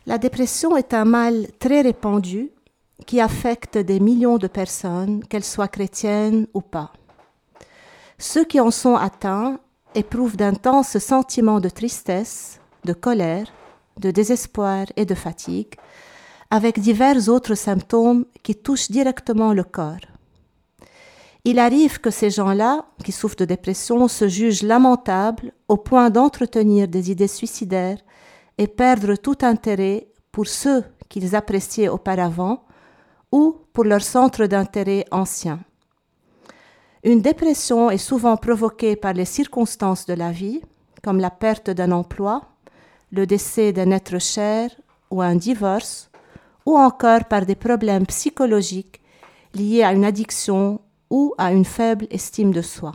La dépression est un mal très répandu qui affecte des millions de personnes, qu'elles soient chrétiennes ou pas. Ceux qui en sont atteints éprouvent d'intenses sentiments de tristesse, de colère, de désespoir et de fatigue, avec divers autres symptômes qui touchent directement le corps. Il arrive que ces gens-là, qui souffrent de dépression, se jugent lamentables au point d'entretenir des idées suicidaires et perdre tout intérêt pour ceux qu'ils appréciaient auparavant ou pour leur centre d'intérêt ancien. Une dépression est souvent provoquée par les circonstances de la vie, comme la perte d'un emploi, le décès d'un être cher ou un divorce, ou encore par des problèmes psychologiques liés à une addiction ou à une faible estime de soi.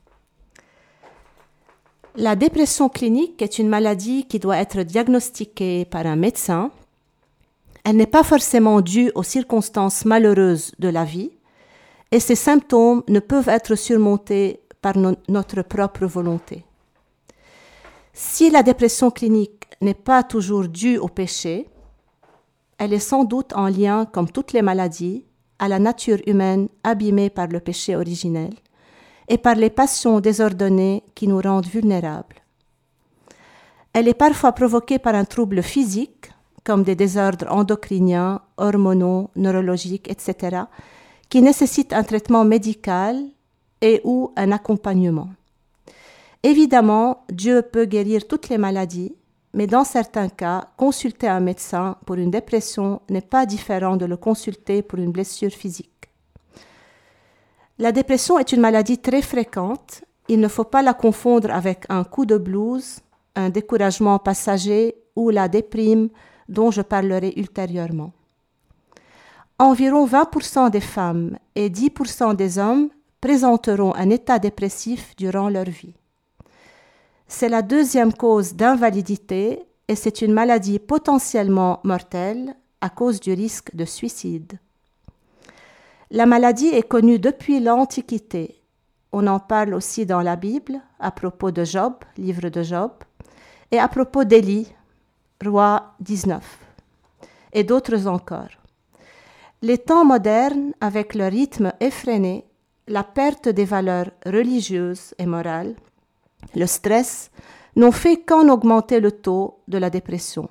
La dépression clinique est une maladie qui doit être diagnostiquée par un médecin. Elle n'est pas forcément due aux circonstances malheureuses de la vie et ces symptômes ne peuvent être surmontés par notre propre volonté. Si la dépression clinique n'est pas toujours due au péché, elle est sans doute en lien, comme toutes les maladies, à la nature humaine abîmée par le péché originel et par les passions désordonnées qui nous rendent vulnérables. Elle est parfois provoquée par un trouble physique, comme des désordres endocriniens, hormonaux, neurologiques, etc., qui nécessitent un traitement médical et ou un accompagnement. Évidemment, Dieu peut guérir toutes les maladies, mais dans certains cas, consulter un médecin pour une dépression n'est pas différent de le consulter pour une blessure physique. La dépression est une maladie très fréquente. Il ne faut pas la confondre avec un coup de blues, un découragement passager ou la déprime dont je parlerai ultérieurement. Environ 20% des femmes et 10% des hommes présenteront un état dépressif durant leur vie. C'est la deuxième cause d'invalidité et c'est une maladie potentiellement mortelle à cause du risque de suicide. La maladie est connue depuis l'Antiquité. On en parle aussi dans la Bible à propos de Job, livre de Job, et à propos d'Élie, roi 19, et d'autres encore. Les temps modernes, avec leur rythme effréné, la perte des valeurs religieuses et morales, le stress, n'ont fait qu'en augmenter le taux de la dépression.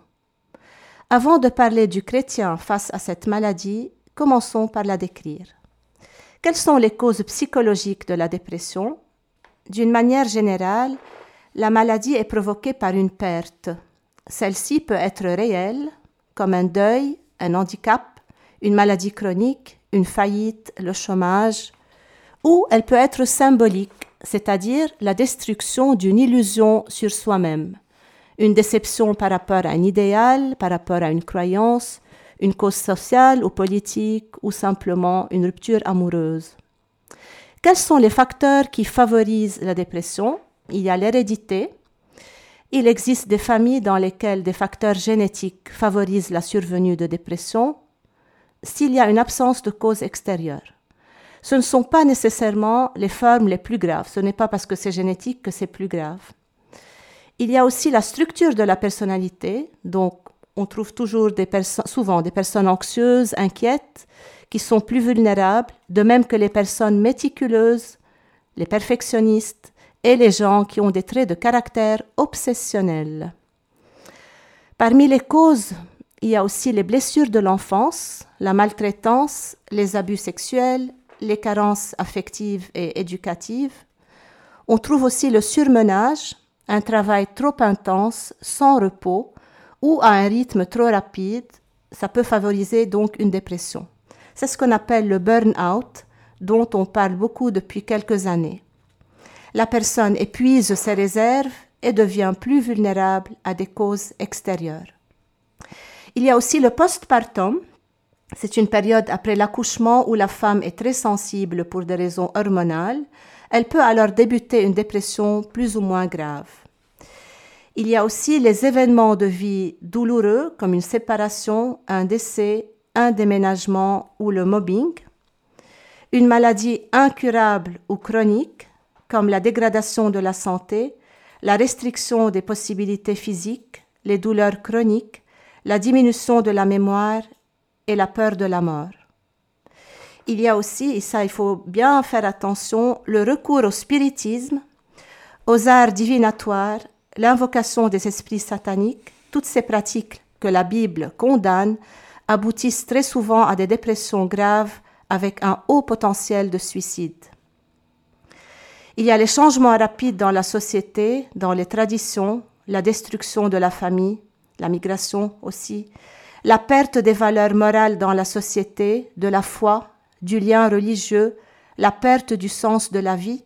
Avant de parler du chrétien face à cette maladie, commençons par la décrire. Quelles sont les causes psychologiques de la dépression? D'une manière générale, la maladie est provoquée par une perte. Celle-ci peut être réelle, comme un deuil, un handicap, une maladie chronique, une faillite, le chômage, ou elle peut être symbolique, c'est-à-dire la destruction d'une illusion sur soi-même, une déception par rapport à un idéal, par rapport à une croyance, une cause sociale ou politique, ou simplement une rupture amoureuse. Quels sont les facteurs qui favorisent la dépression? Il y a l'hérédité. Il existe des familles dans lesquelles des facteurs génétiques favorisent la survenue de dépression s'il y a une absence de cause extérieure. Ce ne sont pas nécessairement les formes les plus graves. Ce n'est pas parce que c'est génétique que c'est plus grave. Il y a aussi la structure de la personnalité. Donc, on trouve toujours souvent des personnes anxieuses, inquiètes, qui sont plus vulnérables, de même que les personnes méticuleuses, les perfectionnistes et les gens qui ont des traits de caractère obsessionnels. Parmi les causes, il y a aussi les blessures de l'enfance, la maltraitance, les abus sexuels, les carences affectives et éducatives. On trouve aussi le surmenage, un travail trop intense, sans repos, ou à un rythme trop rapide. Ça peut favoriser donc une dépression. C'est ce qu'on appelle le burn-out, dont on parle beaucoup depuis quelques années. La personne épuise ses réserves et devient plus vulnérable à des causes extérieures. Il y a aussi le postpartum. C'est une période après l'accouchement où la femme est très sensible pour des raisons hormonales. Elle peut alors débuter une dépression plus ou moins grave. Il y a aussi les événements de vie douloureux comme une séparation, un décès, un déménagement ou le mobbing. Une maladie incurable ou chronique comme la dégradation de la santé, la restriction des possibilités physiques, les douleurs chroniques, la diminution de la mémoire et la peur de la mort. Il y a aussi, et ça il faut bien faire attention, le recours au spiritisme, aux arts divinatoires, l'invocation des esprits sataniques. Toutes ces pratiques que la Bible condamne aboutissent très souvent à des dépressions graves avec un haut potentiel de suicide. Il y a les changements rapides dans la société, dans les traditions, la destruction de la famille, la migration aussi, la perte des valeurs morales dans la société, de la foi, du lien religieux, la perte du sens de la vie,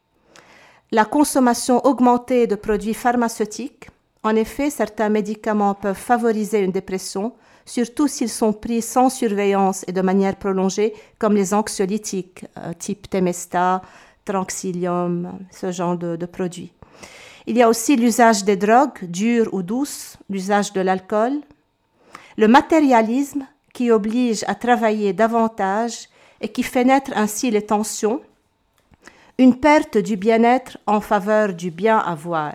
la consommation augmentée de produits pharmaceutiques. En effet, certains médicaments peuvent favoriser une dépression, surtout s'ils sont pris sans surveillance et de manière prolongée, comme les anxiolytiques, type Temesta, Tranxilium, ce genre de produits. Il y a aussi l'usage des drogues, dures ou douces, l'usage de l'alcool, le matérialisme qui oblige à travailler davantage et qui fait naître ainsi les tensions, une perte du bien-être en faveur du bien-avoir.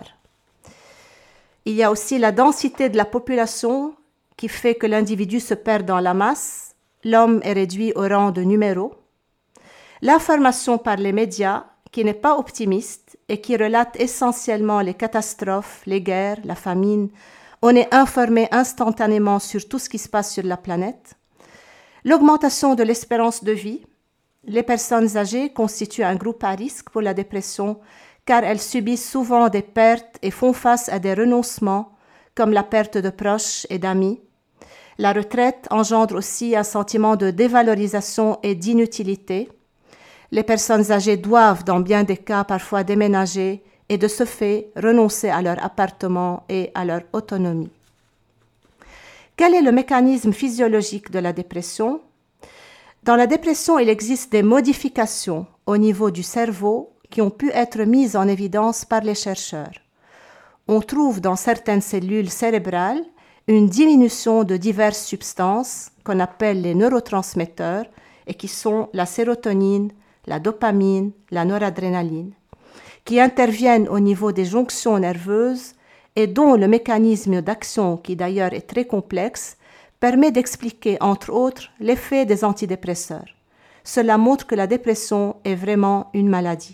Il y a aussi la densité de la population qui fait que l'individu se perd dans la masse, l'homme est réduit au rang de numéro, l'information par les médias qui n'est pas optimiste et qui relate essentiellement les catastrophes, les guerres, la famine. On est informé instantanément sur tout ce qui se passe sur la planète. L'augmentation de l'espérance de vie. Les personnes âgées constituent un groupe à risque pour la dépression car elles subissent souvent des pertes et font face à des renoncements comme la perte de proches et d'amis. La retraite engendre aussi un sentiment de dévalorisation et d'inutilité. Les personnes âgées doivent, dans bien des cas, parfois déménager et de ce fait renoncer à leur appartement et à leur autonomie. Quel est le mécanisme physiologique de la dépression? Dans la dépression, il existe des modifications au niveau du cerveau qui ont pu être mises en évidence par les chercheurs. On trouve dans certaines cellules cérébrales une diminution de diverses substances qu'on appelle les neurotransmetteurs et qui sont la sérotonine, la dopamine, la noradrénaline, qui interviennent au niveau des jonctions nerveuses et dont le mécanisme d'action, qui d'ailleurs est très complexe, permet d'expliquer, entre autres, l'effet des antidépresseurs. Cela montre que la dépression est vraiment une maladie.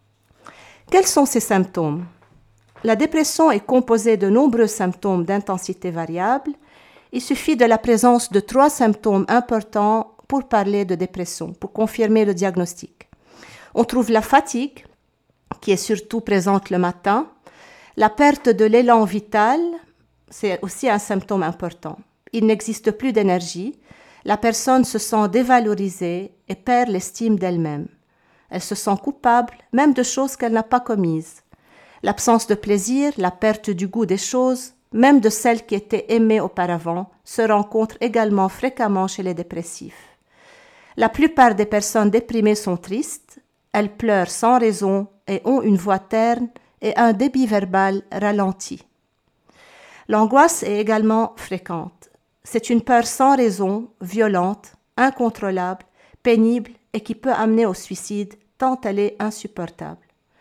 Quels sont ces symptômes? La dépression est composée de nombreux symptômes d'intensité variable. Il suffit de la présence de 3 symptômes importants pour parler de dépression, pour confirmer le diagnostic. On trouve la fatigue, qui est surtout présente le matin, la perte de l'élan vital, c'est aussi un symptôme important. Il n'existe plus d'énergie, la personne se sent dévalorisée et perd l'estime d'elle-même. Elle se sent coupable, même de choses qu'elle n'a pas commises. L'absence de plaisir, la perte du goût des choses, même de celles qui étaient aimées auparavant, se rencontrent également fréquemment chez les dépressifs. La plupart des personnes déprimées sont tristes, elles pleurent sans raison et ont une voix terne et un débit verbal ralenti. L'angoisse est également fréquente. C'est une peur sans raison, violente, incontrôlable, pénible et qui peut amener au suicide tant elle est insupportable.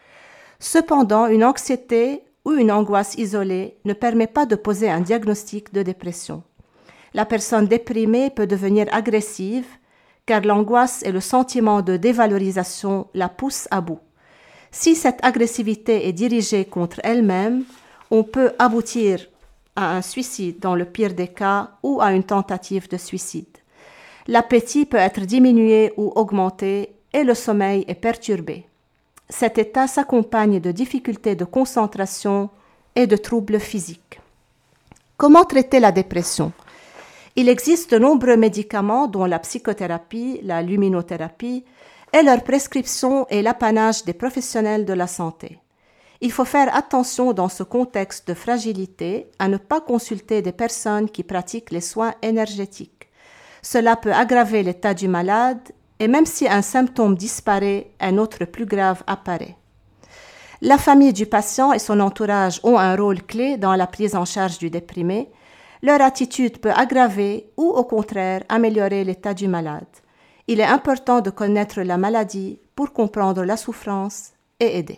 Cependant, une anxiété ou une angoisse isolée ne permet pas de poser un diagnostic de dépression. La personne déprimée peut devenir agressive car l'angoisse et le sentiment de dévalorisation la poussent à bout. Si cette agressivité est dirigée contre elle-même, on peut aboutir à un suicide dans le pire des cas ou à une tentative de suicide. L'appétit peut être diminué ou augmenté et le sommeil est perturbé. Cet état s'accompagne de difficultés de concentration et de troubles physiques. Comment traiter la dépression? Il existe de nombreux médicaments dont la psychothérapie, la luminothérapie, et leur prescription est l'apanage des professionnels de la santé. Il faut faire attention dans ce contexte de fragilité à ne pas consulter des personnes qui pratiquent les soins énergétiques. Cela peut aggraver l'état du malade et même si un symptôme disparaît, un autre plus grave apparaît. La famille du patient et son entourage ont un rôle clé dans la prise en charge du déprimé. Leur attitude peut aggraver ou au contraire améliorer l'état du malade. Il est important de connaître la maladie pour comprendre la souffrance et aider.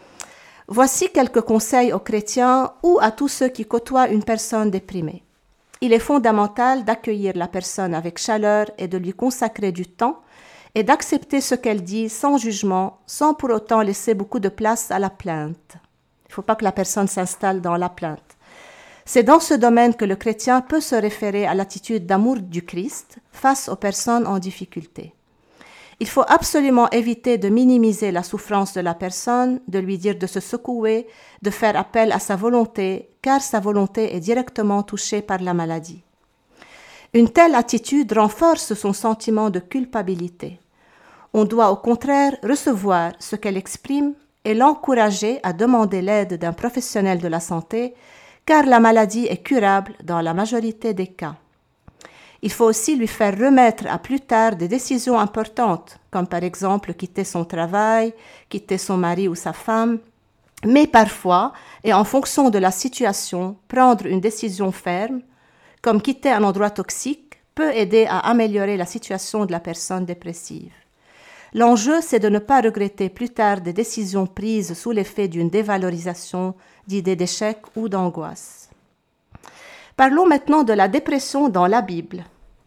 Voici quelques conseils aux chrétiens ou à tous ceux qui côtoient une personne déprimée. il est fondamental d'accueillir la personne avec chaleur et de lui consacrer du temps et d'accepter ce qu'elle dit sans jugement, sans pour autant laisser beaucoup de place à la plainte. Il ne faut pas que la personne s'installe dans la plainte. C'est dans ce domaine que le chrétien peut se référer à l'attitude d'amour du Christ face aux personnes en difficulté. Il faut absolument éviter de minimiser la souffrance de la personne, de lui dire de se secouer, de faire appel à sa volonté, car sa volonté est directement touchée par la maladie. Une telle attitude renforce son sentiment de culpabilité. On doit au contraire recevoir ce qu'elle exprime et l'encourager à demander l'aide d'un professionnel de la santé, car la maladie est curable dans la majorité des cas. Il faut aussi lui faire remettre à plus tard des décisions importantes, comme par exemple quitter son travail, quitter son mari ou sa femme, mais parfois, et en fonction de la situation, prendre une décision ferme, comme quitter un endroit toxique, peut aider à améliorer la situation de la personne dépressive. L'enjeu, c'est de ne pas regretter plus tard des décisions prises sous l'effet d'une dévalorisation, d'idées d'échec ou d'angoisse. Parlons maintenant de la dépression dans la Bible.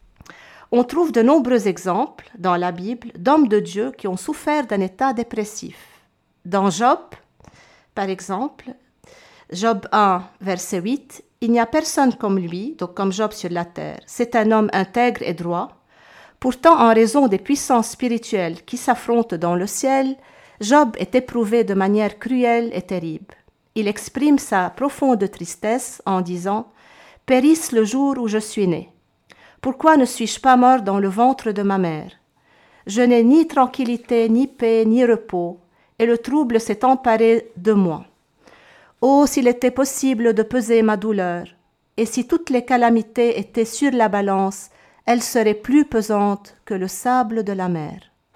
On trouve de nombreux exemples dans la Bible d'hommes de Dieu qui ont souffert d'un état dépressif. Dans Job, par exemple, Job 1, verset 8, « Il n'y a personne comme lui, donc comme Job sur la terre. C'est un homme intègre et droit. Pourtant, en raison des puissances spirituelles qui s'affrontent dans le ciel, Job est éprouvé de manière cruelle et terrible. Il exprime sa profonde tristesse en disant « Périsse le jour où je suis né. Pourquoi ne suis-je pas mort dans le ventre de ma mère? Je n'ai ni tranquillité, ni paix, ni repos, et le trouble s'est emparé de moi. Oh, s'il était possible de peser ma douleur, et si toutes les calamités étaient sur la balance, elles seraient plus pesantes que le sable de la mer. »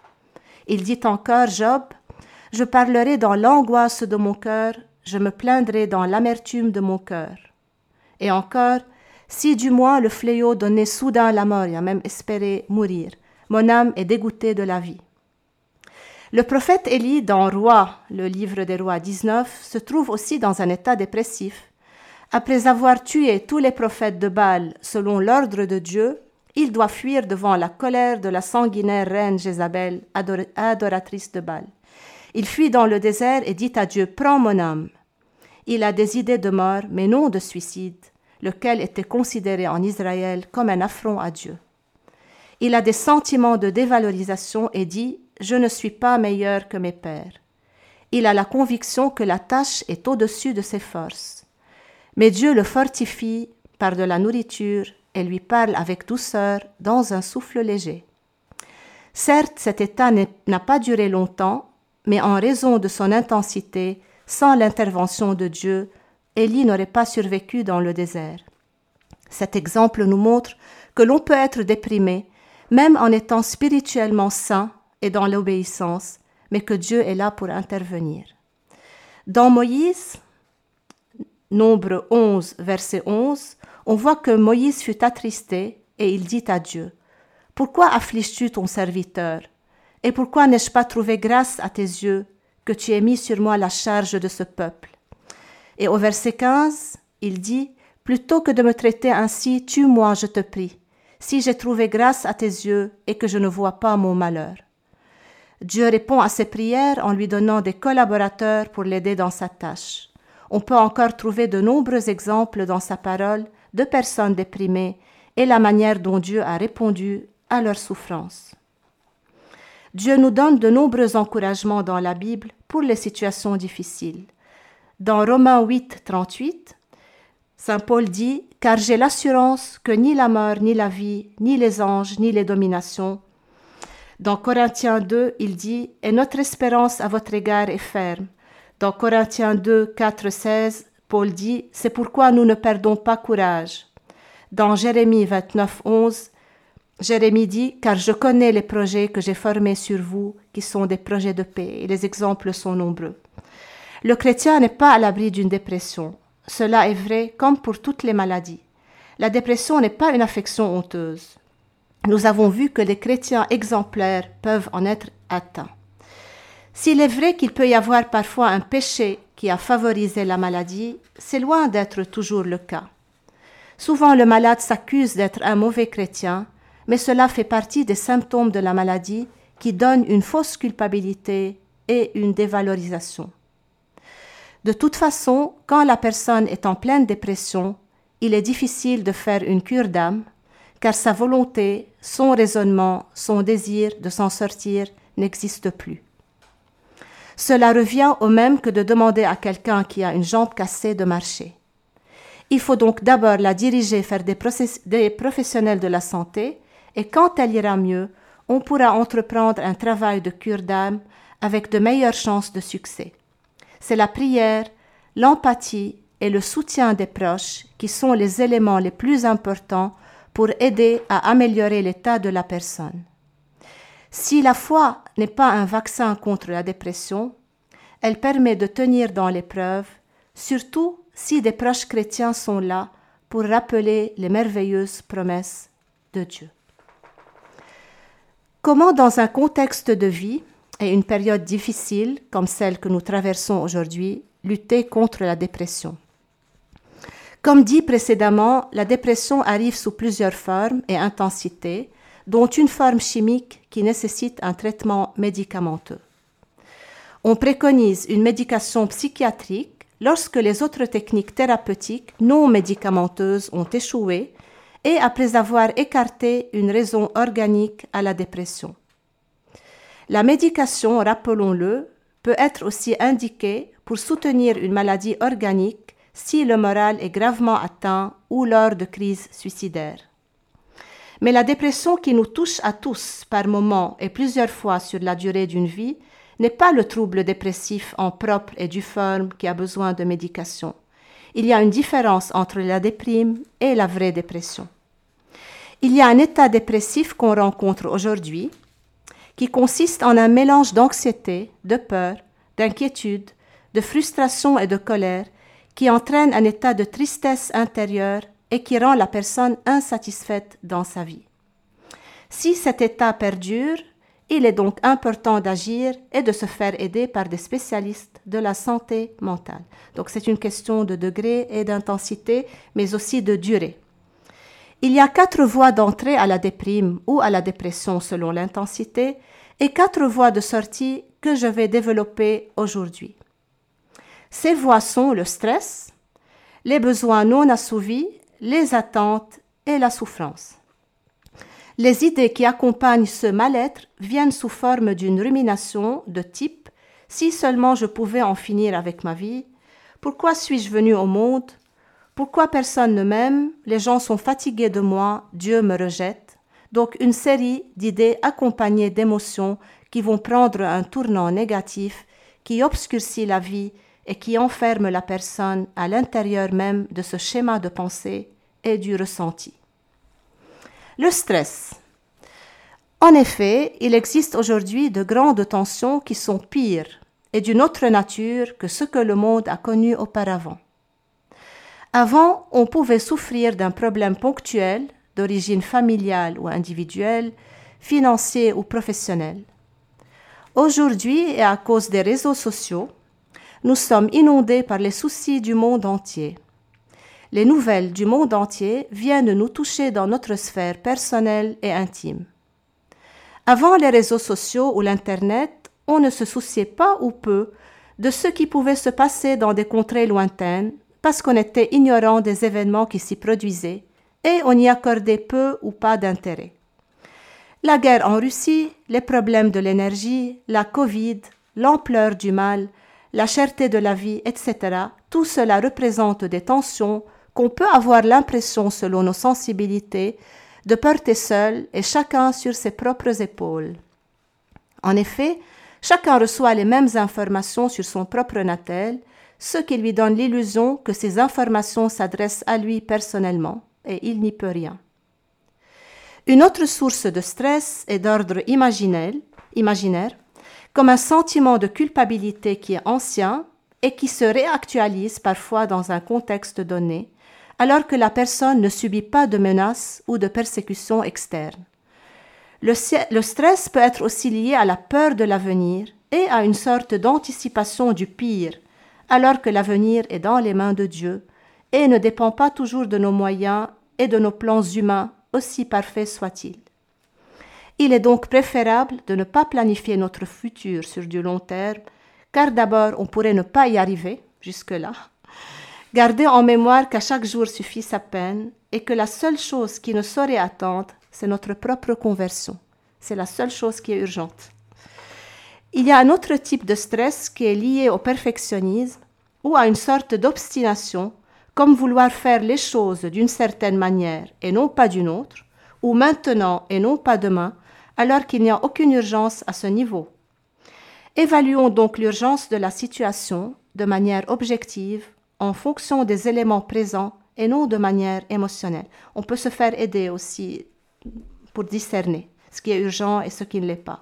Il dit encore, Job, « Je parlerai dans l'angoisse de mon cœur, je me plaindrai dans l'amertume de mon cœur. » Et encore, « Si du moins le fléau donnait soudain la mort, il a même espéré mourir, mon âme est dégoûtée de la vie. » Le prophète Élie, dans Rois, le livre des Rois 19, se trouve aussi dans un état dépressif. Après avoir tué tous les prophètes de Baal selon l'ordre de Dieu, il doit fuir devant la colère de la sanguinaire reine Jézabel, adoratrice de Baal. Il fuit dans le désert et dit à Dieu « Prends mon âme ». Il a des idées de mort, mais non de suicide, lequel était considéré en Israël comme un affront à Dieu. Il a des sentiments de dévalorisation et dit « Je ne suis pas meilleur que mes pères ». Il a la conviction que la tâche est au-dessus de ses forces. Mais Dieu le fortifie par de la nourriture et lui parle avec douceur dans un souffle léger. Certes, cet état n'a pas duré longtemps, mais en raison de son intensité, sans l'intervention de Dieu, Élie n'aurait pas survécu dans le désert. Cet exemple nous montre que l'on peut être déprimé, même en étant spirituellement sain et dans l'obéissance, mais que Dieu est là pour intervenir. Dans Moïse, Nombre 11, verset 11, on voit que Moïse fut attristé et il dit à Dieu « Pourquoi affliges-tu ton serviteur? Et pourquoi n'ai-je pas trouvé grâce à tes yeux que tu aies mis sur moi la charge de ce peuple ?» Et au verset 15, il dit « Plutôt que de me traiter ainsi, tue-moi, je te prie, si j'ai trouvé grâce à tes yeux et que je ne vois pas mon malheur. » Dieu répond à ses prières en lui donnant des collaborateurs pour l'aider dans sa tâche. On peut encore trouver de nombreux exemples dans sa parole de personnes déprimées et la manière dont Dieu a répondu à leurs souffrances. Dieu nous donne de nombreux encouragements dans la Bible pour les situations difficiles. Dans Romains 8, 38, Saint Paul dit « Car j'ai l'assurance que ni la mort, ni la vie, ni les anges, ni les dominations. » Dans Corinthiens 2, il dit « Et notre espérance à votre égard est ferme. » Dans Corinthiens 2, 4, 16, Paul dit « C'est pourquoi nous ne perdons pas courage. » Dans Jérémie 29, 11, Jérémie dit « Car je connais les projets que j'ai formés sur vous, qui sont des projets de paix. » Et les exemples sont nombreux. Le chrétien n'est pas à l'abri d'une dépression. Cela est vrai comme pour toutes les maladies. La dépression n'est pas une affection honteuse. Nous avons vu que les chrétiens exemplaires peuvent en être atteints. S'il est vrai qu'il peut y avoir parfois un péché qui a favorisé la maladie, c'est loin d'être toujours le cas. Souvent, le malade s'accuse d'être un mauvais chrétien, mais cela fait partie des symptômes de la maladie qui donnent une fausse culpabilité et une dévalorisation. De toute façon, quand la personne est en pleine dépression, il est difficile de faire une cure d'âme, car sa volonté, son raisonnement, son désir de s'en sortir n'existe plus. Cela revient au même que de demander à quelqu'un qui a une jambe cassée de marcher. Il faut donc d'abord la diriger vers des professionnels de la santé et quand elle ira mieux, on pourra entreprendre un travail de cure d'âme avec de meilleures chances de succès. C'est la prière, l'empathie et le soutien des proches qui sont les éléments les plus importants pour aider à améliorer l'état de la personne. Si la foi n'est pas un vaccin contre la dépression, elle permet de tenir dans l'épreuve, surtout si des proches chrétiens sont là pour rappeler les merveilleuses promesses de Dieu. Comment, dans un contexte de vie et une période difficile comme celle que nous traversons aujourd'hui, lutter contre la dépression? Comme dit précédemment, la dépression arrive sous plusieurs formes et intensités, dont une forme chimique qui nécessite un traitement médicamenteux. On préconise une médication psychiatrique lorsque les autres techniques thérapeutiques non médicamenteuses ont échoué et après avoir écarté une raison organique à la dépression. La médication, rappelons-le, peut être aussi indiquée pour soutenir une maladie organique si le moral est gravement atteint ou lors de crises suicidaires. Mais la dépression qui nous touche à tous par moments et plusieurs fois sur la durée d'une vie n'est pas le trouble dépressif en propre et difforme qui a besoin de médication. Il y a une différence entre la déprime et la vraie dépression. Il y a un état dépressif qu'on rencontre aujourd'hui qui consiste en un mélange d'anxiété, de peur, d'inquiétude, de frustration et de colère qui entraîne un état de tristesse intérieure et qui rend la personne insatisfaite dans sa vie. Si cet état perdure, il est donc important d'agir et de se faire aider par des spécialistes de la santé mentale. Donc c'est une question de degré et d'intensité, mais aussi de durée. Il y a 4 voies d'entrée à la déprime ou à la dépression selon l'intensité et 4 voies de sortie que je vais développer aujourd'hui. Ces voies sont le stress, les besoins non assouvis, les attentes et la souffrance. Les idées qui accompagnent ce mal-être viennent sous forme d'une rumination de type « si seulement je pouvais en finir avec ma vie, pourquoi suis-je venu au monde, pourquoi personne ne m'aime, les gens sont fatigués de moi, Dieu me rejette ». Donc une série d'idées accompagnées d'émotions qui vont prendre un tournant négatif, qui obscurcit la vie et qui enferme la personne à l'intérieur même de ce schéma de pensée et du ressenti. Le stress. En effet, il existe aujourd'hui de grandes tensions qui sont pires et d'une autre nature que ce que le monde a connu auparavant. Avant, on pouvait souffrir d'un problème ponctuel d'origine familiale ou individuelle, financier ou professionnel. Aujourd'hui, et à cause des réseaux sociaux, nous sommes inondés par les soucis du monde entier. Les nouvelles du monde entier viennent nous toucher dans notre sphère personnelle et intime. Avant les réseaux sociaux ou l'Internet, on ne se souciait pas ou peu de ce qui pouvait se passer dans des contrées lointaines parce qu'on était ignorant des événements qui s'y produisaient et on y accordait peu ou pas d'intérêt. La guerre en Russie, les problèmes de l'énergie, la Covid, l'ampleur du mal, la cherté de la vie, etc., tout cela représente des tensions qu'on peut avoir l'impression, selon nos sensibilités, de porter seul et chacun sur ses propres épaules. En effet, chacun reçoit les mêmes informations sur son propre natel, ce qui lui donne l'illusion que ces informations s'adressent à lui personnellement, et il n'y peut rien. Une autre source de stress est d'ordre imaginaire, comme un sentiment de culpabilité qui est ancien et qui se réactualise parfois dans un contexte donné, alors que la personne ne subit pas de menaces ou de persécutions externes. Le stress peut être aussi lié à la peur de l'avenir et à une sorte d'anticipation du pire, alors que l'avenir est dans les mains de Dieu et ne dépend pas toujours de nos moyens et de nos plans humains, aussi parfaits soient-ils. Il est donc préférable de ne pas planifier notre futur sur du long terme, car d'abord on pourrait ne pas y arriver jusque-là. Gardez en mémoire qu'à chaque jour suffit sa peine et que la seule chose qui ne saurait attendre, c'est notre propre conversion. C'est la seule chose qui est urgente. Il y a un autre type de stress qui est lié au perfectionnisme ou à une sorte d'obstination, comme vouloir faire les choses d'une certaine manière et non pas d'une autre, ou maintenant et non pas demain, alors qu'il n'y a aucune urgence à ce niveau. Évaluons donc l'urgence de la situation de manière objective, en fonction des éléments présents et non de manière émotionnelle. On peut se faire aider aussi pour discerner ce qui est urgent et ce qui ne l'est pas.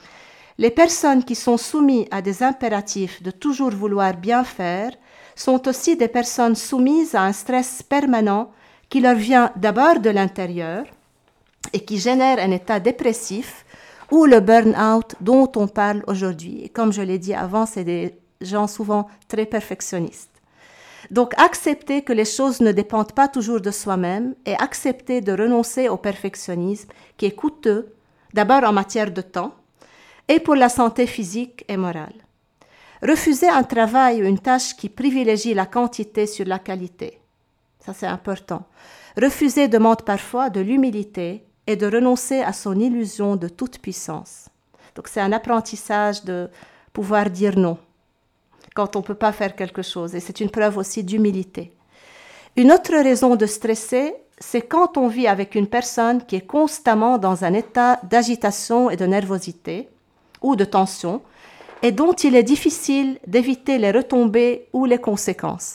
Les personnes qui sont soumises à des impératifs de toujours vouloir bien faire sont aussi des personnes soumises à un stress permanent qui leur vient d'abord de l'intérieur et qui génère un état dépressif ou le burn-out dont on parle aujourd'hui. Et comme je l'ai dit avant, c'est des gens souvent très perfectionnistes. Donc, accepter que les choses ne dépendent pas toujours de soi-même et accepter de renoncer au perfectionnisme qui est coûteux, d'abord en matière de temps et pour la santé physique et morale. Refuser un travail ou une tâche qui privilégie la quantité sur la qualité. Ça, c'est important. Refuser demande parfois de l'humilité et de renoncer à son illusion de toute puissance. Donc, c'est un apprentissage de pouvoir dire non quand on ne peut pas faire quelque chose. Et c'est une preuve aussi d'humilité. Une autre raison de stresser, c'est quand on vit avec une personne qui est constamment dans un état d'agitation et de nervosité ou de tension et dont il est difficile d'éviter les retombées ou les conséquences.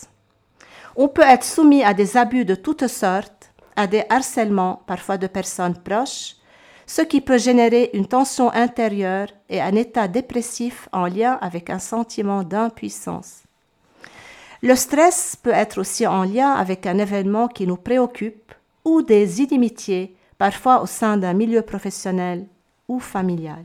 On peut être soumis à des abus de toutes sortes, à des harcèlements, parfois de personnes proches, ce qui peut générer une tension intérieure et un état dépressif en lien avec un sentiment d'impuissance. Le stress peut être aussi en lien avec un événement qui nous préoccupe ou des inimitiés, parfois au sein d'un milieu professionnel ou familial.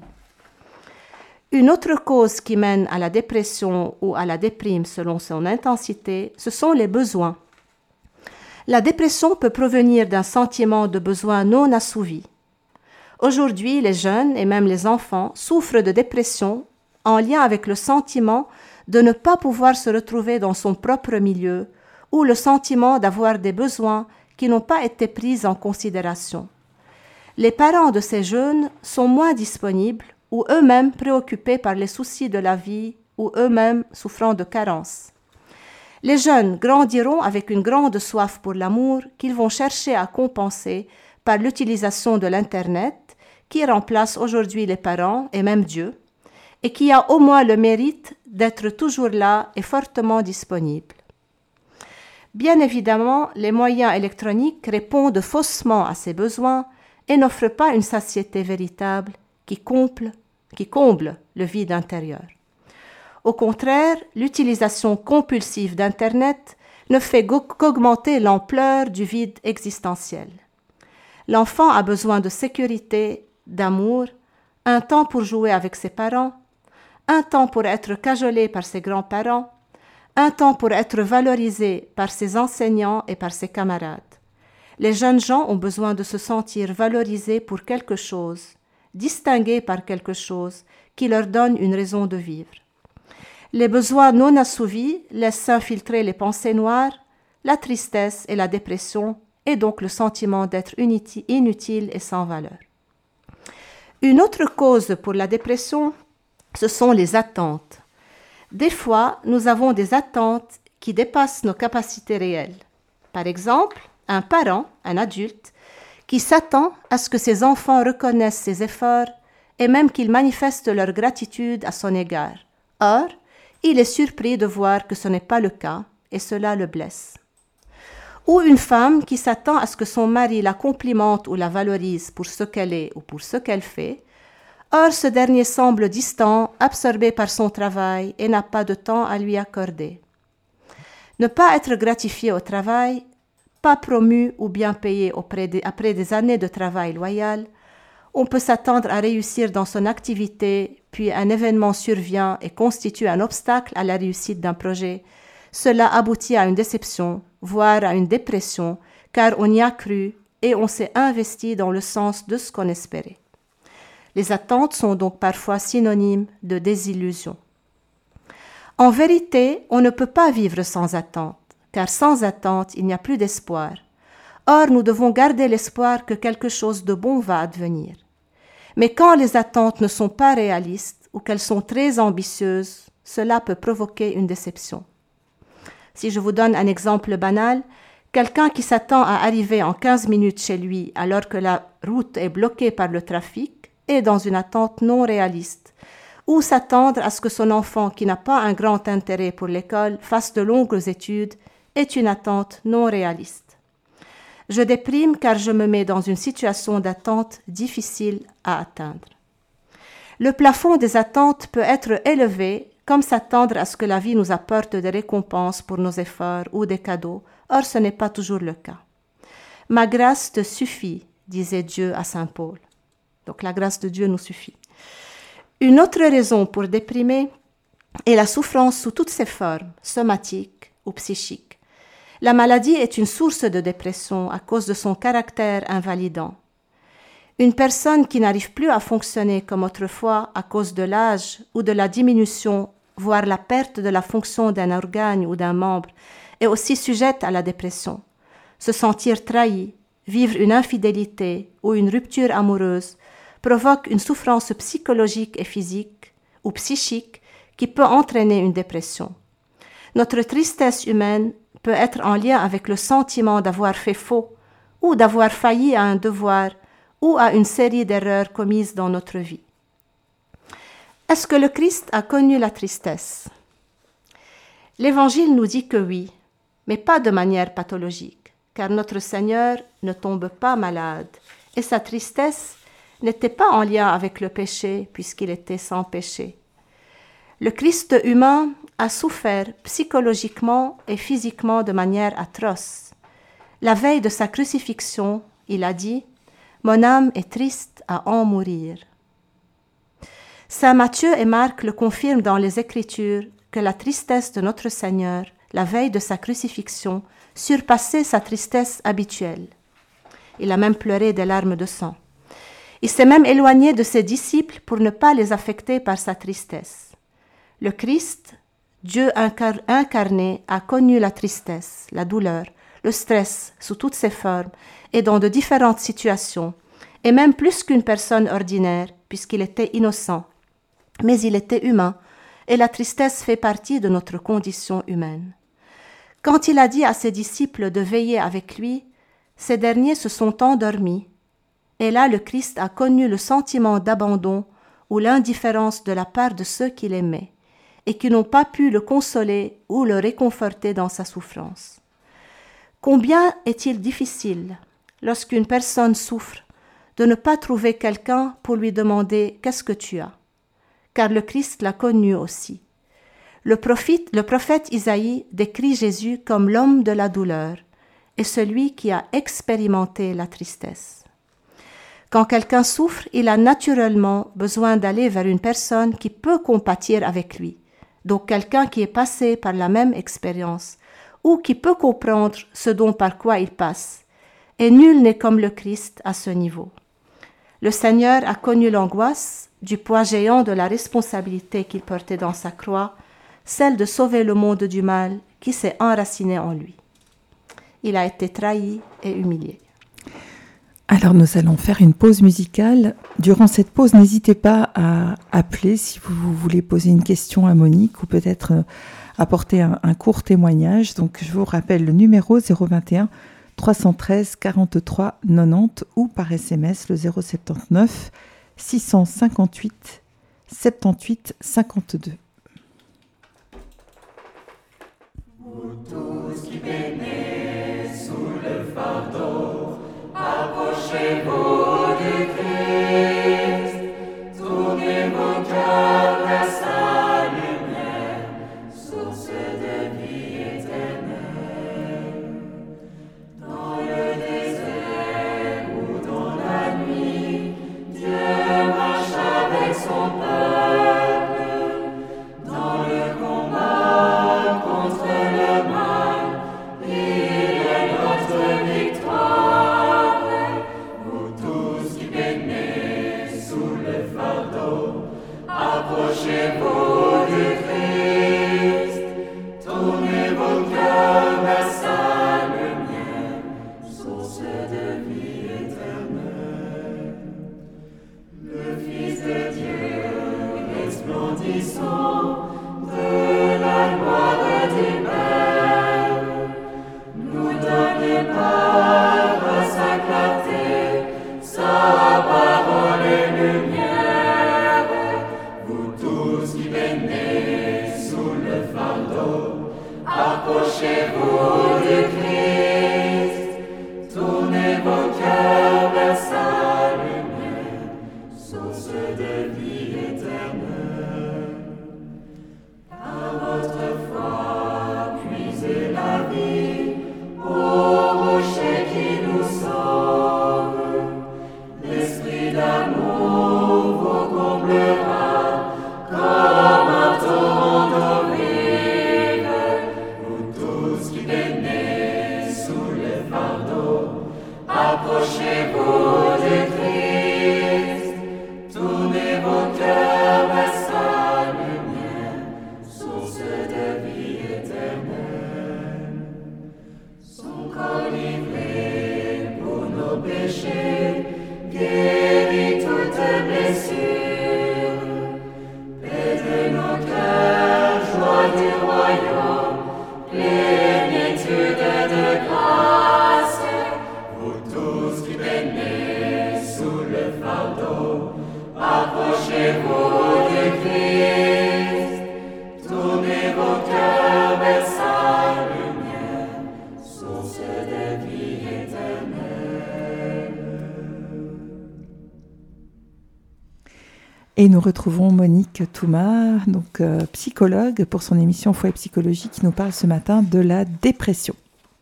Une autre cause qui mène à la dépression ou à la déprime selon son intensité, ce sont les besoins. La dépression peut provenir d'un sentiment de besoin non assouvi. Aujourd'hui, les jeunes et même les enfants souffrent de dépression en lien avec le sentiment de ne pas pouvoir se retrouver dans son propre milieu ou le sentiment d'avoir des besoins qui n'ont pas été pris en considération. Les parents de ces jeunes sont moins disponibles ou eux-mêmes préoccupés par les soucis de la vie ou eux-mêmes souffrant de carences. Les jeunes grandiront avec une grande soif pour l'amour qu'ils vont chercher à compenser par l'utilisation de l'Internet qui remplace aujourd'hui les parents et même Dieu, et qui a au moins le mérite d'être toujours là et fortement disponible. Bien évidemment, les moyens électroniques répondent faussement à ces besoins et n'offrent pas une satiété véritable qui comble le vide intérieur. Au contraire, l'utilisation compulsive d'Internet ne fait qu'augmenter l'ampleur du vide existentiel. L'enfant a besoin de sécurité, d'amour, un temps pour jouer avec ses parents, un temps pour être cajolé par ses grands-parents, un temps pour être valorisé par ses enseignants et par ses camarades. Les jeunes gens ont besoin de se sentir valorisés pour quelque chose, distingués par quelque chose qui leur donne une raison de vivre. Les besoins non assouvis laissent s'infiltrer les pensées noires, la tristesse et la dépression, et donc le sentiment d'être inutile et sans valeur. Une autre cause pour la dépression, ce sont les attentes. Des fois, nous avons des attentes qui dépassent nos capacités réelles. Par exemple, un parent, un adulte, qui s'attend à ce que ses enfants reconnaissent ses efforts et même qu'ils manifestent leur gratitude à son égard. Or, il est surpris de voir que ce n'est pas le cas et cela le blesse. Ou une femme qui s'attend à ce que son mari la complimente ou la valorise pour ce qu'elle est ou pour ce qu'elle fait. Or, ce dernier semble distant, absorbé par son travail et n'a pas de temps à lui accorder. Ne pas être gratifié au travail, pas promu ou bien payé après des années de travail loyal, on peut s'attendre à réussir dans son activité, puis un événement survient et constitue un obstacle à la réussite d'un projet. Cela aboutit à une déception voire à une dépression, car on y a cru et on s'est investi dans le sens de ce qu'on espérait. Les attentes sont donc parfois synonymes de désillusion. En vérité, on ne peut pas vivre sans attente, car sans attente, il n'y a plus d'espoir. Or, nous devons garder l'espoir que quelque chose de bon va advenir. Mais quand les attentes ne sont pas réalistes ou qu'elles sont très ambitieuses, cela peut provoquer une déception. Si je vous donne un exemple banal, quelqu'un qui s'attend à arriver en 15 minutes chez lui alors que la route est bloquée par le trafic est dans une attente non réaliste, ou s'attendre à ce que son enfant qui n'a pas un grand intérêt pour l'école fasse de longues études est une attente non réaliste. Je déprime car je me mets dans une situation d'attente difficile à atteindre. Le plafond des attentes peut être élevé, comme s'attendre à ce que la vie nous apporte des récompenses pour nos efforts ou des cadeaux. Or, ce n'est pas toujours le cas. « Ma grâce te suffit », disait Dieu à saint Paul. Donc la grâce de Dieu nous suffit. Une autre raison pour déprimer est la souffrance sous toutes ses formes, somatiques ou psychiques. La maladie est une source de dépression à cause de son caractère invalidant. Une personne qui n'arrive plus à fonctionner comme autrefois à cause de l'âge ou de la diminution, voire la perte de la fonction d'un organe ou d'un membre, est aussi sujette à la dépression. Se sentir trahi, vivre une infidélité ou une rupture amoureuse provoque une souffrance psychologique et physique ou psychique qui peut entraîner une dépression. Notre tristesse humaine peut être en lien avec le sentiment d'avoir fait faux ou d'avoir failli à un devoir ou à une série d'erreurs commises dans notre vie. Est-ce que le Christ a connu la tristesse? L'Évangile nous dit que oui, mais pas de manière pathologique, car notre Seigneur ne tombe pas malade, et sa tristesse n'était pas en lien avec le péché, puisqu'il était sans péché. Le Christ humain a souffert psychologiquement et physiquement de manière atroce. La veille de sa crucifixion, il a dit « Mon âme est triste à en mourir ». Saint Matthieu et Marc le confirment dans les Écritures que la tristesse de notre Seigneur, la veille de sa crucifixion, surpassait sa tristesse habituelle. Il a même pleuré des larmes de sang. Il s'est même éloigné de ses disciples pour ne pas les affecter par sa tristesse. Le Christ, Dieu incarné, a connu la tristesse, la douleur, le stress sous toutes ses formes et dans de différentes situations, et même plus qu'une personne ordinaire, puisqu'il était innocent. Mais il était humain, et la tristesse fait partie de notre condition humaine. Quand il a dit à ses disciples de veiller avec lui, ces derniers se sont endormis, et là le Christ a connu le sentiment d'abandon ou l'indifférence de la part de ceux qu'il aimait, et qui n'ont pas pu le consoler ou le réconforter dans sa souffrance. Combien est-il difficile, lorsqu'une personne souffre, de ne pas trouver quelqu'un pour lui demander « Qu'est-ce que tu as ?» Car le Christ l'a connu aussi. Le prophète Isaïe décrit Jésus comme l'homme de la douleur et celui qui a expérimenté la tristesse. Quand quelqu'un souffre, il a naturellement besoin d'aller vers une personne qui peut compatir avec lui, donc quelqu'un qui est passé par la même expérience ou qui peut comprendre ce dont par quoi il passe. Et nul n'est comme le Christ à ce niveau. Le Seigneur a connu l'angoisse du poids géant de la responsabilité qu'il portait dans sa croix, celle de sauver le monde du mal qui s'est enraciné en lui. Il a été trahi et humilié. Alors nous allons faire une pause musicale. Durant cette pause, n'hésitez pas à appeler si vous voulez poser une question à Monique ou peut-être apporter un court témoignage. Donc je vous rappelle le numéro 021 313 43 90 ou par SMS le 079 658 78 52. Vous tous qui m'aimez sous le fardeau, approchez-vous du Christ, tournez vos cœurs vers sa lumière, source de vie éternelle. Dans le désert ou dans la nuit, Dieu marche avec son peuple, dans le combat contre le mal. Approchez-vous du Christ, tournez vos cœurs vers sa lumière, source de vie éternelle. Le Fils de Dieu, resplendissant de la gloire du Père, nous donne part à sa clarté, sa parole et lumière. Vous tous qui venez sous le fardeau, approchez-vous du Christ, tournez vos cœurs vers sa lumière, source de vie éternelle. Par votre foi, puisez la vie au rocher qui nous sauve. L'esprit d'amour vous comblera comme un torrent d'eau vive. Vous tous qui venez sous le fardeau, approchez-vous du Christ, tournez vos cœurs vers sa lumière, source de vie éternelle. Son corps livré pour nos péchés, guérit toute blessure. Paix de nos cœurs, joie du royaume, plénitude de grâce. Vous tous qui venez sous le fardeau, approchez-vous du Christ, tournez vos cœurs vers sa lumière, source de vie éternelle. Et nous retrouvons Monique Touma, donc psychologue, pour son émission Foi et Psychologie, qui nous parle ce matin de la dépression.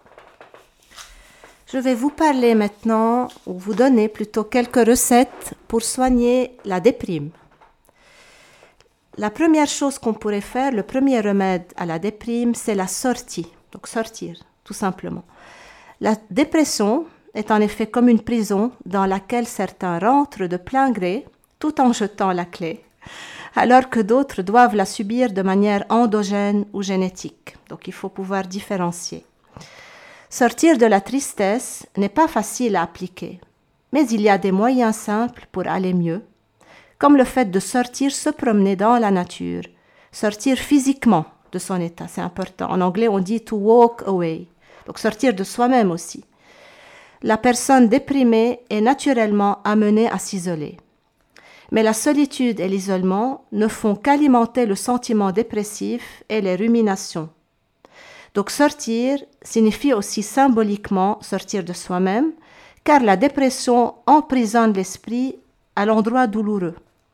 Je vais vous parler maintenant, ou vous donner plutôt quelques recettes pour soigner la déprime. La première chose qu'on pourrait faire, le premier remède à la déprime, c'est la sortie. Donc sortir, tout simplement. La dépression est en effet comme une prison dans laquelle certains rentrent de plein gré, tout en jetant la clé, alors que d'autres doivent la subir de manière endogène ou génétique. Donc il faut pouvoir différencier. Sortir de la tristesse n'est pas facile à appliquer, mais il y a des moyens simples pour aller mieux, comme le fait de sortir se promener dans la nature, sortir physiquement de son état, c'est important. En anglais, on dit « to walk away », donc sortir de soi-même aussi. La personne déprimée est naturellement amenée à s'isoler. Mais la solitude et l'isolement ne font qu'alimenter le sentiment dépressif et les ruminations. Donc sortir signifie aussi symboliquement sortir de soi-même, car la dépression emprisonne l'esprit à l'endroit douloureux.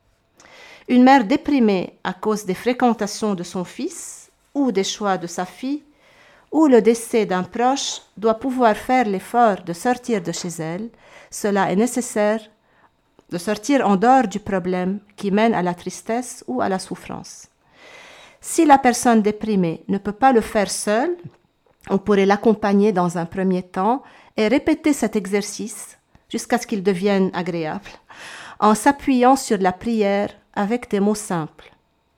Une mère déprimée à cause des fréquentations de son fils ou des choix de sa fille ou le décès d'un proche doit pouvoir faire l'effort de sortir de chez elle. Cela est nécessaire de sortir en dehors du problème qui mène à la tristesse ou à la souffrance. Si la personne déprimée ne peut pas le faire seule, on pourrait l'accompagner dans un premier temps et répéter cet exercice jusqu'à ce qu'il devienne agréable, en s'appuyant sur la prière avec des mots simples.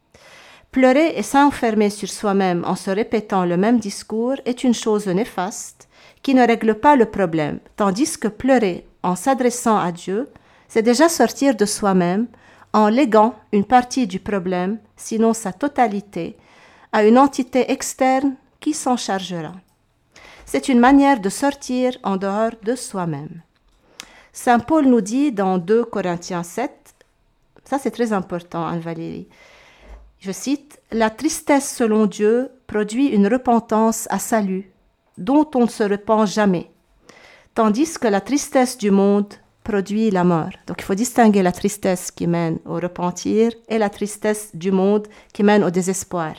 Pleurer et s'enfermer sur soi-même en se répétant le même discours est une chose néfaste qui ne règle pas le problème, tandis que pleurer en s'adressant à Dieu, c'est déjà sortir de soi-même en léguant une partie du problème, sinon sa totalité, à une entité externe qui s'en chargera. C'est une manière de sortir en dehors de soi-même. Saint Paul nous dit dans 2 Corinthiens 7, ça c'est très important, Anne-Valérie, je cite, « La tristesse selon Dieu produit une repentance à salut, dont on ne se repent jamais, tandis que la tristesse du monde produit la mort. » Donc il faut distinguer la tristesse qui mène au repentir et la tristesse du monde qui mène au désespoir.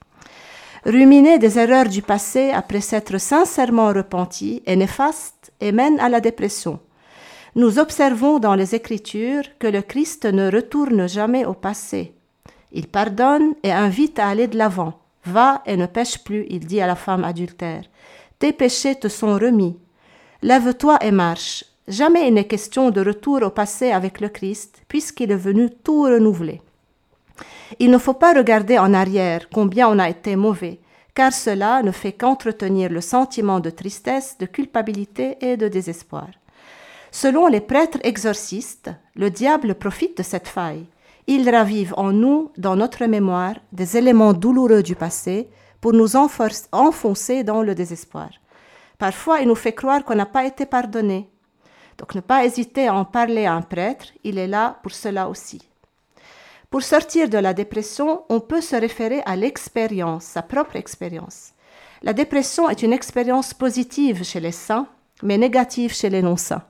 Ruminer des erreurs du passé après s'être sincèrement repenti est néfaste et mène à la dépression. Nous observons dans les Écritures que le Christ ne retourne jamais au passé. Il pardonne et invite à aller de l'avant. « Va et ne pêche plus », il dit à la femme adultère. « Tes péchés te sont remis. Lève-toi et marche. » Jamais il n'est question de retour au passé avec le Christ, puisqu'il est venu tout renouveler. Il ne faut pas regarder en arrière combien on a été mauvais, car cela ne fait qu'entretenir le sentiment de tristesse, de culpabilité et de désespoir. Selon les prêtres exorcistes, le diable profite de cette faille. Il ravive en nous, dans notre mémoire, des éléments douloureux du passé pour nous enfoncer dans le désespoir. Parfois, il nous fait croire qu'on n'a pas été pardonné. Donc, ne pas hésiter à en parler à un prêtre, il est là pour cela aussi. Pour sortir de la dépression, on peut se référer à l'expérience, sa propre expérience. La dépression est une expérience positive chez les saints, mais négative chez les non-saints.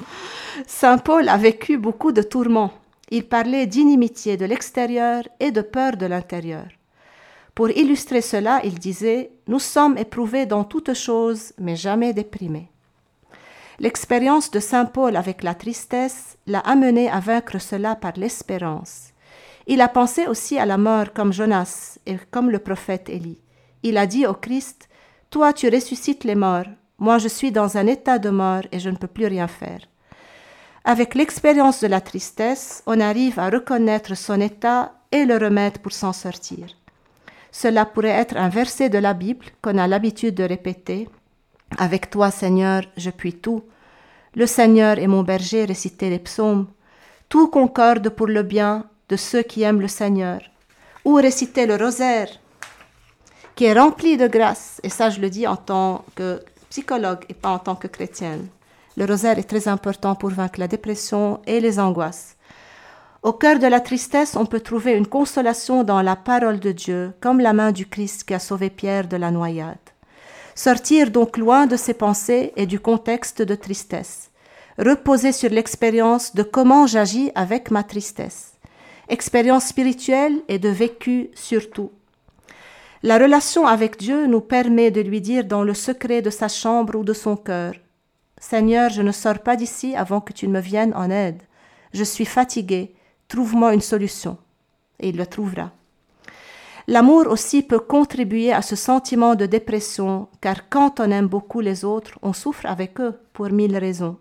Saint Paul a vécu beaucoup de tourments. Il parlait d'inimitié de l'extérieur et de peur de l'intérieur. Pour illustrer cela, il disait « Nous sommes éprouvés dans toutes choses, mais jamais déprimés ». L'expérience de Saint Paul avec la tristesse l'a amené à vaincre cela par l'espérance. Il a pensé aussi à la mort comme Jonas et comme le prophète Élie. Il a dit au Christ « Toi, tu ressuscites les morts, moi je suis dans un état de mort et je ne peux plus rien faire ». Avec l'expérience de la tristesse, on arrive à reconnaître son état et le remède pour s'en sortir. Cela pourrait être un verset de la Bible qu'on a l'habitude de répéter. « Avec toi, Seigneur, je puis tout. Le Seigneur est mon berger, réciter les psaumes. Tout concorde pour le bien de ceux qui aiment le Seigneur. » Ou réciter le rosaire, qui est rempli de grâce. Et ça, je le dis en tant que psychologue et pas en tant que chrétienne. Le rosaire est très important pour vaincre la dépression et les angoisses. Au cœur de la tristesse, on peut trouver une consolation dans la parole de Dieu, comme la main du Christ qui a sauvé Pierre de la noyade. Sortir donc loin de ses pensées et du contexte de tristesse. Reposer sur l'expérience de comment j'agis avec ma tristesse. Expérience spirituelle et de vécu surtout. La relation avec Dieu nous permet de lui dire dans le secret de sa chambre ou de son cœur « Seigneur, je ne sors pas d'ici avant que tu me viennes en aide. Je suis fatigué, trouve-moi une solution. » Et il le trouvera. L'amour aussi peut contribuer à ce sentiment de dépression, car quand on aime beaucoup les autres, on souffre avec eux pour 1000 raisons.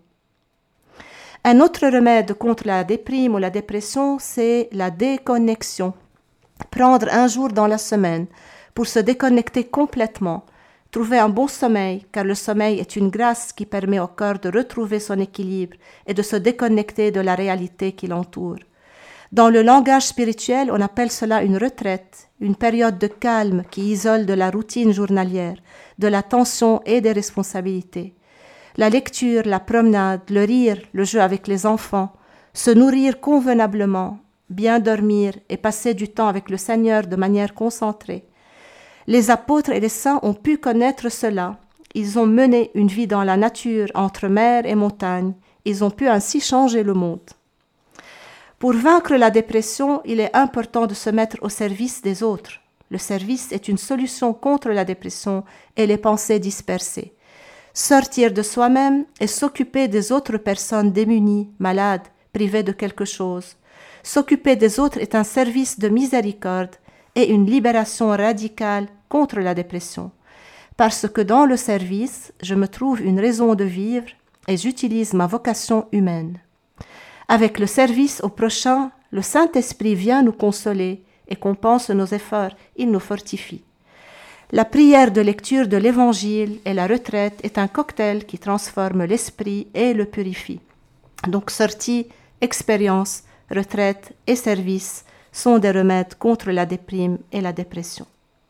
Un autre remède contre la déprime ou la dépression, c'est la déconnexion. Prendre un jour dans la semaine pour se déconnecter complètement, trouver un bon sommeil, car le sommeil est une grâce qui permet au corps de retrouver son équilibre et de se déconnecter de la réalité qui l'entoure. Dans le langage spirituel, on appelle cela une retraite, une période de calme qui isole de la routine journalière, de la tension et des responsabilités. La lecture, la promenade, le rire, le jeu avec les enfants, se nourrir convenablement, bien dormir et passer du temps avec le Seigneur de manière concentrée. Les apôtres et les saints ont pu connaître cela. Ils ont mené une vie dans la nature, entre mer et montagne. Ils ont pu ainsi changer le monde. Pour vaincre la dépression, il est important de se mettre au service des autres. Le service est une solution contre la dépression et les pensées dispersées. Sortir de soi-même et s'occuper des autres personnes démunies, malades, privées de quelque chose. S'occuper des autres est un service de miséricorde et une libération radicale contre la dépression. Parce que dans le service, je me trouve une raison de vivre et j'utilise ma vocation humaine. Avec le service au prochain, le Saint-Esprit vient nous consoler et compense nos efforts, il nous fortifie. La prière de lecture de l'Évangile et la retraite est un cocktail qui transforme l'esprit et le purifie. Donc sortie, expérience, retraite et service sont des remèdes contre la déprime et la dépression.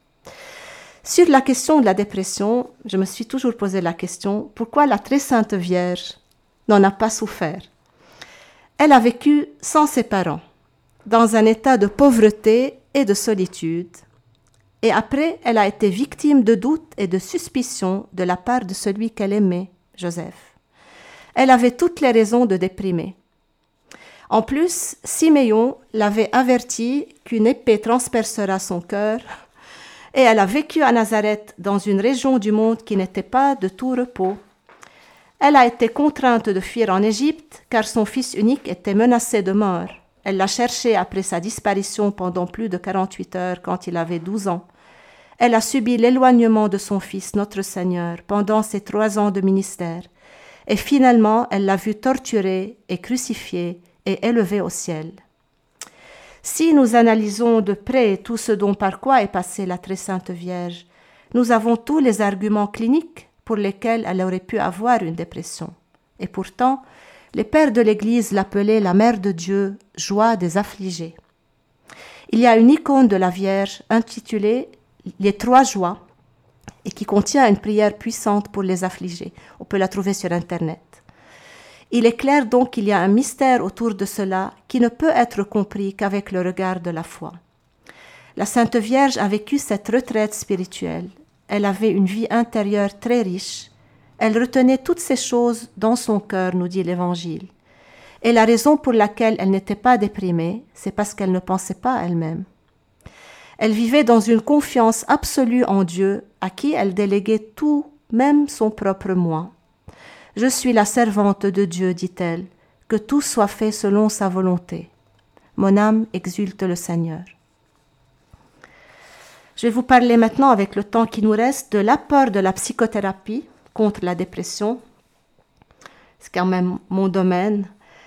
Sur la question de la dépression, je me suis toujours posé la question, pourquoi la très sainte Vierge n'en a pas souffert? Elle a vécu sans ses parents, dans un état de pauvreté et de solitude, et après, elle a été victime de doutes et de suspicions de la part de celui qu'elle aimait, Joseph. Elle avait toutes les raisons de déprimer. En plus, Siméon l'avait averti qu'une épée transpercera son cœur, et elle a vécu à Nazareth, dans une région du monde qui n'était pas de tout repos. Elle a été contrainte de fuir en Égypte, car son fils unique était menacé de mort. Elle l'a cherché après sa disparition pendant plus de 48 heures quand il avait 12 ans. Elle a subi l'éloignement de son fils, notre Seigneur, pendant ses 3 ans de ministère. Et finalement, elle l'a vu torturé et crucifié et élevé au ciel. Si nous analysons de près tout ce dont par quoi est passée la très sainte Vierge, nous avons tous les arguments cliniques pour lesquels elle aurait pu avoir une dépression. Et pourtant, les pères de l'Église l'appelaient la Mère de Dieu, joie des affligés. Il y a une icône de la Vierge intitulée « Les trois joies » et qui contient une prière puissante pour les affligés. On peut la trouver sur Internet. Il est clair donc qu'il y a un mystère autour de cela qui ne peut être compris qu'avec le regard de la foi. La Sainte Vierge a vécu cette retraite spirituelle. Elle avait une vie intérieure très riche. Elle retenait toutes ces choses dans son cœur, nous dit l'Évangile. Et la raison pour laquelle elle n'était pas déprimée, c'est parce qu'elle ne pensait pas à elle-même. Elle vivait dans une confiance absolue en Dieu, à qui elle déléguait tout, même son propre moi. « Je suis la servante de Dieu, dit-elle, que tout soit fait selon sa volonté. Mon âme exulte le Seigneur. » Je vais vous parler maintenant, avec le temps qui nous reste, de l'apport de la psychothérapie contre la dépression. C'est quand même mon domaine.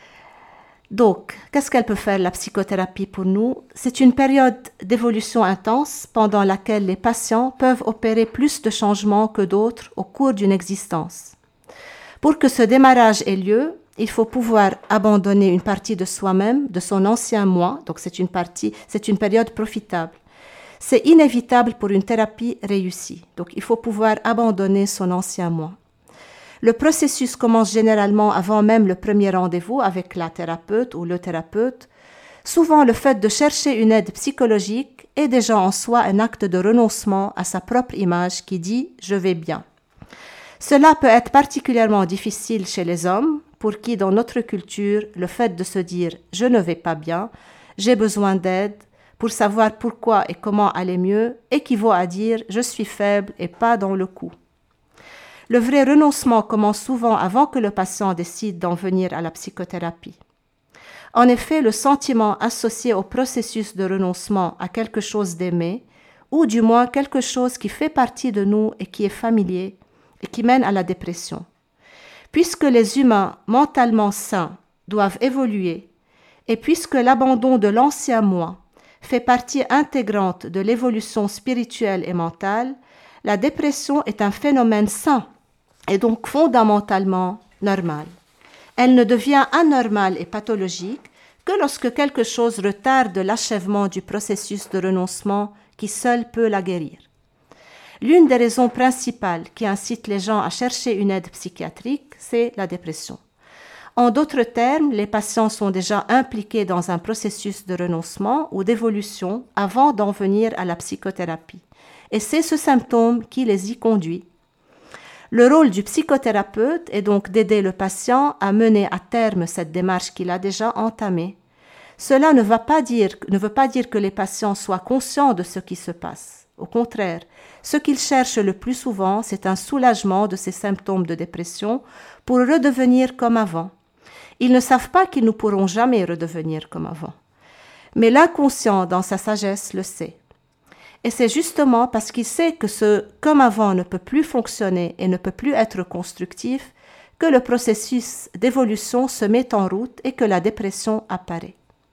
Donc, qu'est-ce qu'elle peut faire, la psychothérapie, pour nous? C'est une période d'évolution intense pendant laquelle les patients peuvent opérer plus de changements que d'autres au cours d'une existence. Pour que ce démarrage ait lieu, il faut pouvoir abandonner une partie de soi-même, de son ancien moi, donc c'est une période profitable. C'est inévitable pour une thérapie réussie, donc il faut pouvoir abandonner son ancien moi. Le processus commence généralement avant même le premier rendez-vous avec la thérapeute ou le thérapeute. Souvent, le fait de chercher une aide psychologique est déjà en soi un acte de renoncement à sa propre image qui dit « je vais bien ». Cela peut être particulièrement difficile chez les hommes, pour qui, dans notre culture, le fait de se dire « je ne vais pas bien, j'ai besoin d'aide », pour savoir pourquoi et comment aller mieux, équivaut à dire « je suis faible et pas dans le coup ». Le vrai renoncement commence souvent avant que le patient décide d'en venir à la psychothérapie. En effet, le sentiment associé au processus de renoncement à quelque chose d'aimé, ou du moins quelque chose qui fait partie de nous et qui est familier, et qui mène à la dépression. Puisque les humains mentalement sains doivent évoluer, et puisque l'abandon de l'ancien moi fait partie intégrante de l'évolution spirituelle et mentale, la dépression est un phénomène sain et donc fondamentalement normal. Elle ne devient anormale et pathologique que lorsque quelque chose retarde l'achèvement du processus de renoncement qui seul peut la guérir. L'une des raisons principales qui incitent les gens à chercher une aide psychiatrique, c'est la dépression. En d'autres termes, les patients sont déjà impliqués dans un processus de renoncement ou d'évolution avant d'en venir à la psychothérapie. Et c'est ce symptôme qui les y conduit. Le rôle du psychothérapeute est donc d'aider le patient à mener à terme cette démarche qu'il a déjà entamée. Cela ne veut pas dire que les patients soient conscients de ce qui se passe. Au contraire, ce qu'ils cherchent le plus souvent, c'est un soulagement de ces symptômes de dépression pour redevenir comme avant. Ils ne savent pas qu'ils ne pourront jamais redevenir comme avant. Mais l'inconscient, dans sa sagesse, le sait. Et c'est justement parce qu'il sait que ce « comme avant » ne peut plus fonctionner et ne peut plus être constructif que le processus d'évolution se met en route et que la dépression apparaît.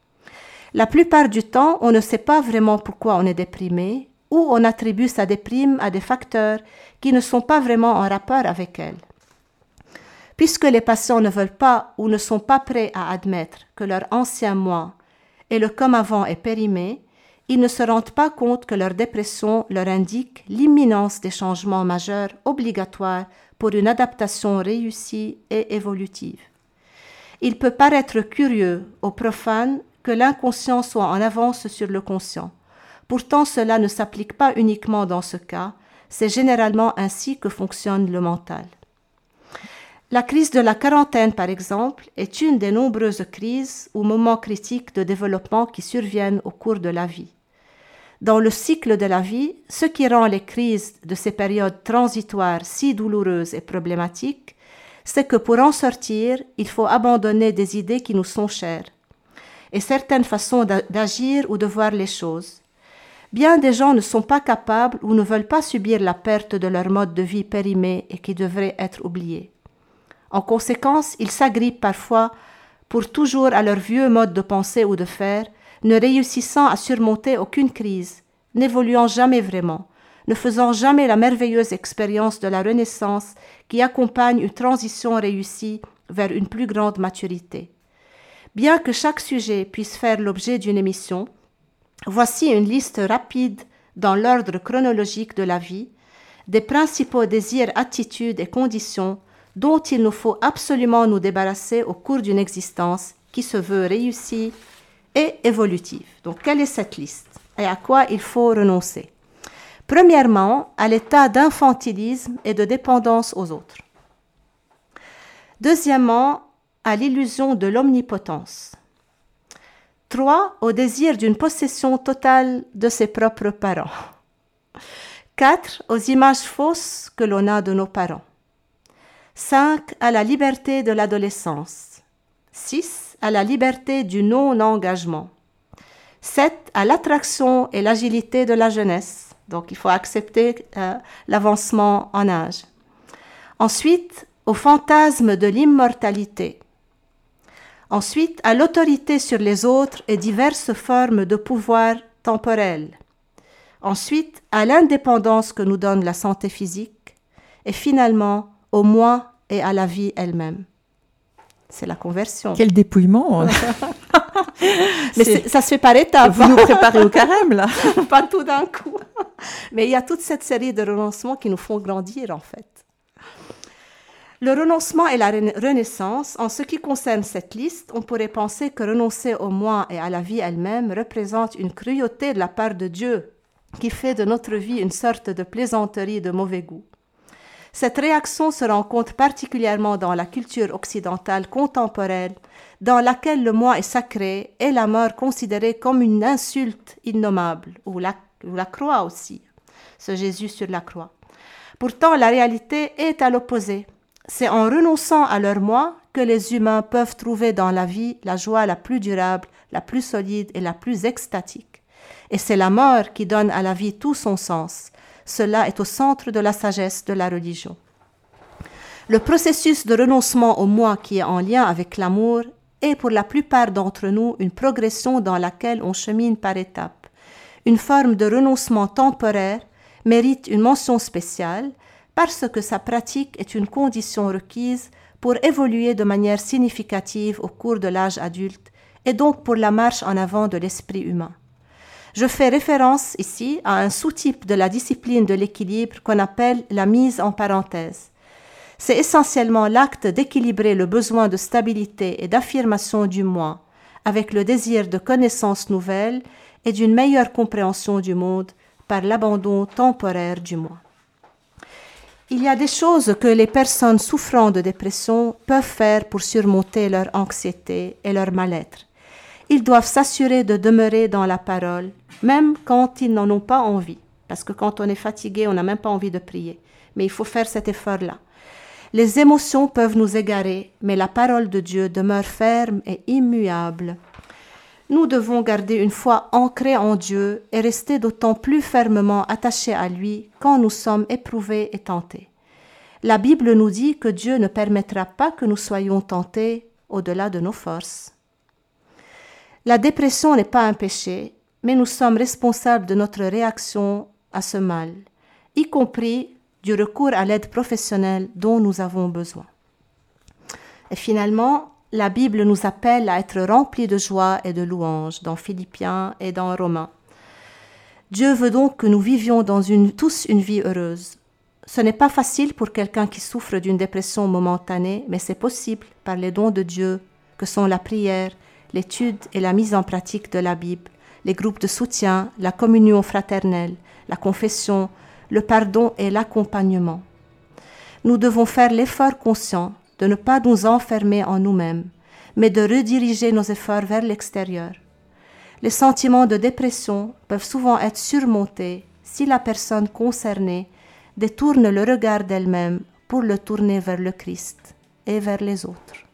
La plupart du temps, on ne sait pas vraiment pourquoi on est déprimé, ou on attribue sa déprime à des facteurs qui ne sont pas vraiment en rapport avec elle. Puisque les patients ne veulent pas ou ne sont pas prêts à admettre que leur ancien moi et le comme avant est périmé, ils ne se rendent pas compte que leur dépression leur indique l'imminence des changements majeurs obligatoires pour une adaptation réussie et évolutive. Il peut paraître curieux aux profanes que l'inconscient soit en avance sur le conscient. Pourtant, cela ne s'applique pas uniquement dans ce cas, c'est généralement ainsi que fonctionne le mental. La crise de la quarantaine, par exemple, est une des nombreuses crises ou moments critiques de développement qui surviennent au cours de la vie. Dans le cycle de la vie, ce qui rend les crises de ces périodes transitoires si douloureuses et problématiques, c'est que pour en sortir, il faut abandonner des idées qui nous sont chères et certaines façons d'agir ou de voir les choses. Bien des gens ne sont pas capables ou ne veulent pas subir la perte de leur mode de vie périmé et qui devrait être oublié. En conséquence, ils s'agrippent parfois pour toujours à leur vieux mode de pensée ou de faire, ne réussissant à surmonter aucune crise, n'évoluant jamais vraiment, ne faisant jamais la merveilleuse expérience de la renaissance qui accompagne une transition réussie vers une plus grande maturité. Bien que chaque sujet puisse faire l'objet d'une émission, voici une liste rapide dans l'ordre chronologique de la vie des principaux désirs, attitudes et conditions dont il nous faut absolument nous débarrasser au cours d'une existence qui se veut réussie et évolutive. Donc, quelle est cette liste et à quoi il faut renoncer? Premièrement, à l'état d'infantilisme et de dépendance aux autres. Deuxièmement, à l'illusion de l'omnipotence. 3. Au désir d'une possession totale de ses propres parents. 4. Aux images fausses que l'on a de nos parents. 5. À la liberté de l'adolescence. 6. À la liberté du non-engagement. 7. À l'attraction et l'agilité de la jeunesse. Donc, il faut accepter l'avancement en âge. Ensuite, au fantasme de l'immortalité. Ensuite, à l'autorité sur les autres et diverses formes de pouvoir temporel. Ensuite, à l'indépendance que nous donne la santé physique. Et finalement, au moi et à la vie elle-même. C'est la conversion. Quel dépouillement. Mais ça se fait par étapes. Vous nous préparez au carême, là. Pas tout d'un coup. Mais il y a toute cette série de renoncements qui nous font grandir, en fait. Le renoncement et la renaissance, en ce qui concerne cette liste, on pourrait penser que renoncer au moi et à la vie elle-même représente une cruauté de la part de Dieu qui fait de notre vie une sorte de plaisanterie de mauvais goût. Cette réaction se rencontre particulièrement dans la culture occidentale contemporaine, dans laquelle le moi est sacré et la mort considérée comme une insulte innommable, ou la croix aussi, ce Jésus sur la croix. Pourtant, la réalité est à l'opposé. C'est en renonçant à leur moi que les humains peuvent trouver dans la vie la joie la plus durable, la plus solide et la plus extatique. Et c'est la mort qui donne à la vie tout son sens. Cela est au centre de la sagesse de la religion. Le processus de renoncement au moi qui est en lien avec l'amour est pour la plupart d'entre nous une progression dans laquelle on chemine par étapes. Une forme de renoncement temporaire mérite une mention spéciale parce que sa pratique est une condition requise pour évoluer de manière significative au cours de l'âge adulte et donc pour la marche en avant de l'esprit humain. Je fais référence ici à un sous-type de la discipline de l'équilibre qu'on appelle la mise en parenthèse. C'est essentiellement l'acte d'équilibrer le besoin de stabilité et d'affirmation du moi avec le désir de connaissances nouvelles et d'une meilleure compréhension du monde par l'abandon temporaire du moi. Il y a des choses que les personnes souffrant de dépression peuvent faire pour surmonter leur anxiété et leur mal-être. Ils doivent s'assurer de demeurer dans la parole, même quand ils n'en ont pas envie. Parce que quand on est fatigué, on n'a même pas envie de prier. Mais il faut faire cet effort-là. Les émotions peuvent nous égarer, mais la parole de Dieu demeure ferme et immuable. Nous devons garder une foi ancrée en Dieu et rester d'autant plus fermement attachés à lui quand nous sommes éprouvés et tentés. La Bible nous dit que Dieu ne permettra pas que nous soyons tentés au-delà de nos forces. La dépression n'est pas un péché, mais nous sommes responsables de notre réaction à ce mal, y compris du recours à l'aide professionnelle dont nous avons besoin. Et finalement, la Bible nous appelle à être remplis de joie et de louange dans Philippiens et dans Romains. Dieu veut donc que nous vivions tous une vie heureuse. Ce n'est pas facile pour quelqu'un qui souffre d'une dépression momentanée, mais c'est possible par les dons de Dieu que sont la prière, l'étude et la mise en pratique de la Bible, les groupes de soutien, la communion fraternelle, la confession, le pardon et l'accompagnement. Nous devons faire l'effort conscient de ne pas nous enfermer en nous-mêmes, mais de rediriger nos efforts vers l'extérieur. Les sentiments de dépression peuvent souvent être surmontés si la personne concernée détourne le regard d'elle-même pour le tourner vers le Christ et vers les autres.